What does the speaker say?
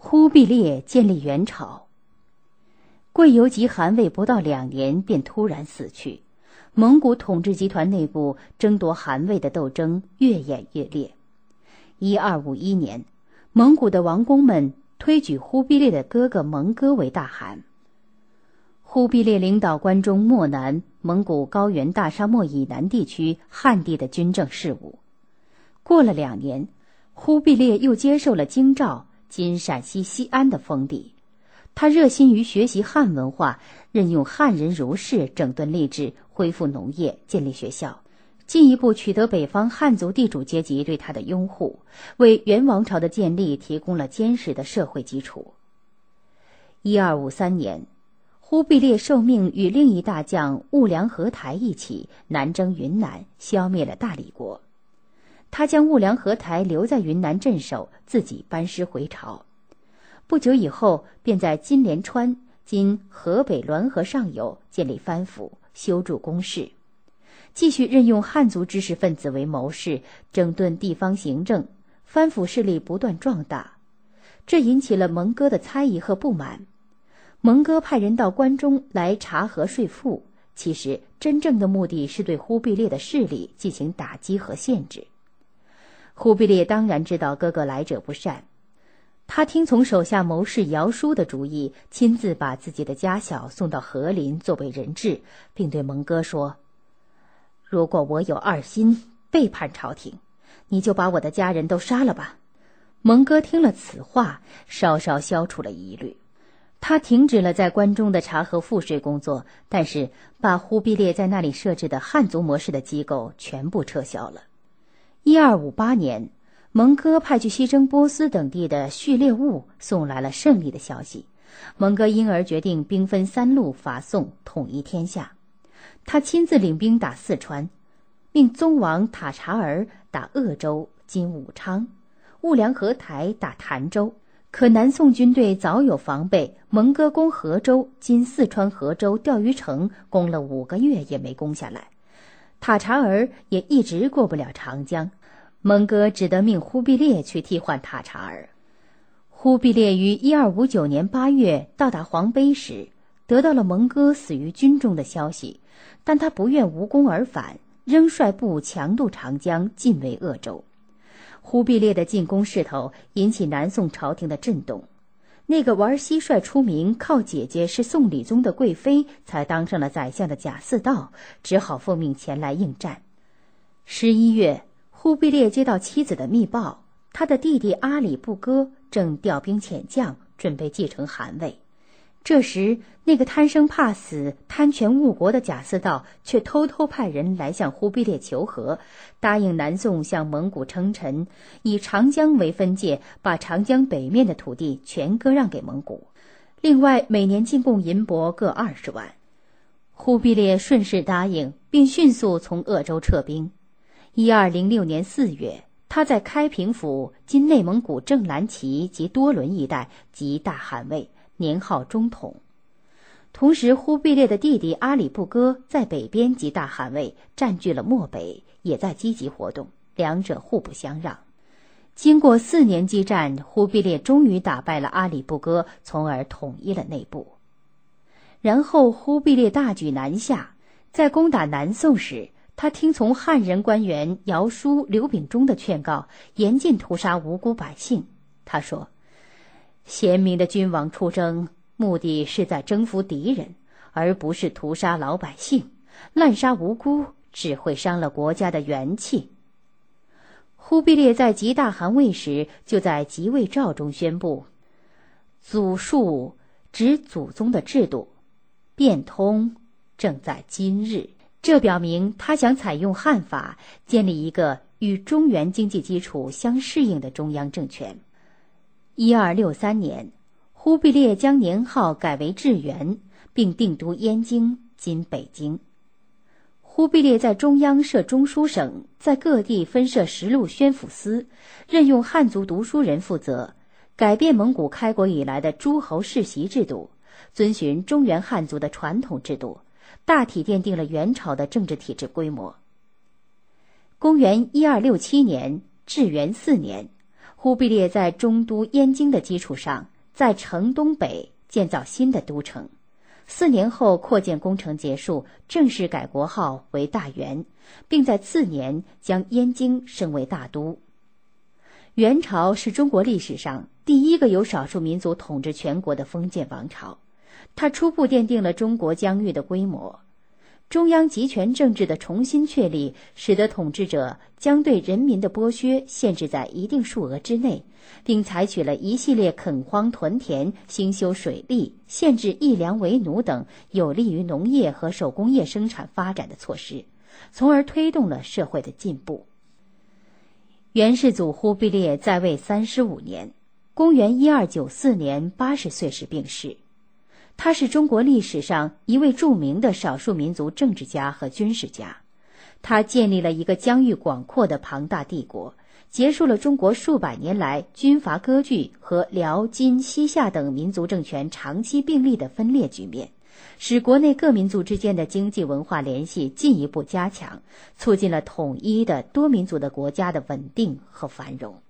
忽必烈建立元朝。贵由即汗位不到2年便突然死去，蒙古统治集团内部争夺汗位的斗争越演越烈。1251年，蒙古的王公们推举忽必烈的哥哥蒙哥为大汗。忽必烈领导关中漠南、蒙古高原大沙漠以南地区汉地的军政事务。过了2年，忽必烈又接受了京兆（今陕西西安）的封地。他热心于学习汉文化，任用汉人儒士，整顿吏治，恢复农业，建立学校，进一步取得北方汉族地主阶级对他的拥护，为元王朝的建立提供了坚实的社会基础。1253年，忽必烈受命与另一大将兀良合台一起南征云南，消灭了大理国。他将兀良合台留在云南镇守，自己班师回朝。不久以后，便在金莲川（今河北滦河上游）建立藩府，修筑宫室，继续任用汉族知识分子为谋士，整顿地方行政，藩府势力不断壮大。这引起了蒙哥的猜疑和不满。蒙哥派人到关中来查核税赋，其实真正的目的是对忽必烈的势力进行打击和限制。忽必烈当然知道哥哥来者不善，他听从手下谋士姚舒的主意，亲自把自己的家小送到和林作为人质，并对蒙哥说：如果我有二心，背叛朝廷，你就把我的家人都杀了吧。蒙哥听了此话，稍稍消除了疑虑。他停止了在关中的查核赋税工作，但是把忽必烈在那里设置的汉族模式的机构全部撤销了。1258年，蒙哥派去西征波斯等地的序列兀送来了胜利的消息，蒙哥因而决定兵分3路伐宋，统一天下。他亲自领兵打四川，命宗王塔察儿打鄂州（今武昌），兀良合台打潭州。可南宋军队早有防备，蒙哥攻河州（今四川河州）钓鱼城，攻了5个月也没攻下来。塔察儿也一直过不了长江，蒙哥只得命忽必烈去替换塔察儿。忽必烈于1259年8月到达黄碑时，得到了蒙哥死于军中的消息，但他不愿无功而返，仍率部强渡长江，进围鄂州。忽必烈的进攻势头引起南宋朝廷的震动，那个玩蟋蟀出名、靠姐姐是宋理宗的贵妃才当上了宰相的贾似道，只好奉命前来应战。11月，忽必烈接到妻子的密报，他的弟弟阿里不哥正调兵遣将，准备继承汗位。这时，那个贪生怕死、贪权误国的贾似道却偷偷派人来向忽必烈求和，答应南宋向蒙古称臣，以长江为分界，把长江北面的土地全割让给蒙古，另外每年进贡银帛各20万。忽必烈顺势答应，并迅速从鄂州撤兵。1206年4月，他在开平府（今内蒙古正蓝旗及多伦一带）即大汗位，年号中统。同时，忽必烈的弟弟阿里不哥在北边及大汗位，占据了漠北，也在积极活动，两者互不相让。经过4年激战，忽必烈终于打败了阿里不哥，从而统一了内部。然后忽必烈大举南下，在攻打南宋时，他听从汉人官员姚舒、刘秉忠的劝告，严禁屠杀无辜百姓。他说：贤明的君王出征，目的是在征服敌人，而不是屠杀老百姓，滥杀无辜，只会伤了国家的元气。忽必烈在即大汗位时，就在即位诏中宣布：祖述指祖宗的制度，变通正在今日。这表明他想采用汉法，建立一个与中原经济基础相适应的中央政权。1263年，忽必烈将年号改为至元，并定都燕京（今北京）。忽必烈在中央设中书省，在各地分设10路宣抚司，任用汉族读书人负责，改变蒙古开国以来的诸侯世袭制度，遵循中原汉族的传统制度，大体奠定了元朝的政治体制规模。公元1267年至元4年，忽必烈在中都燕京的基础上， 在城东北建造新的都城。4年后，扩建工程结束，正式改国号为大元，并在次年将燕京升为大都。元朝是中国历史上第一个由少数民族统治全国的封建王朝，它初步奠定了中国疆域的规模。中央集权政治的重新确立，使得统治者将对人民的剥削限制在一定数额之内，并采取了一系列垦荒屯田、兴修水利、限制役粮为奴等有利于农业和手工业生产发展的措施，从而推动了社会的进步。元世祖忽必烈在位35年，公元1294年80岁时病逝。他是中国历史上一位著名的少数民族政治家和军事家，他建立了一个疆域广阔的庞大帝国，结束了中国数百年来军阀割据和辽、金、西夏等民族政权长期并立的分裂局面，使国内各民族之间的经济文化联系进一步加强，促进了统一的多民族的国家的稳定和繁荣。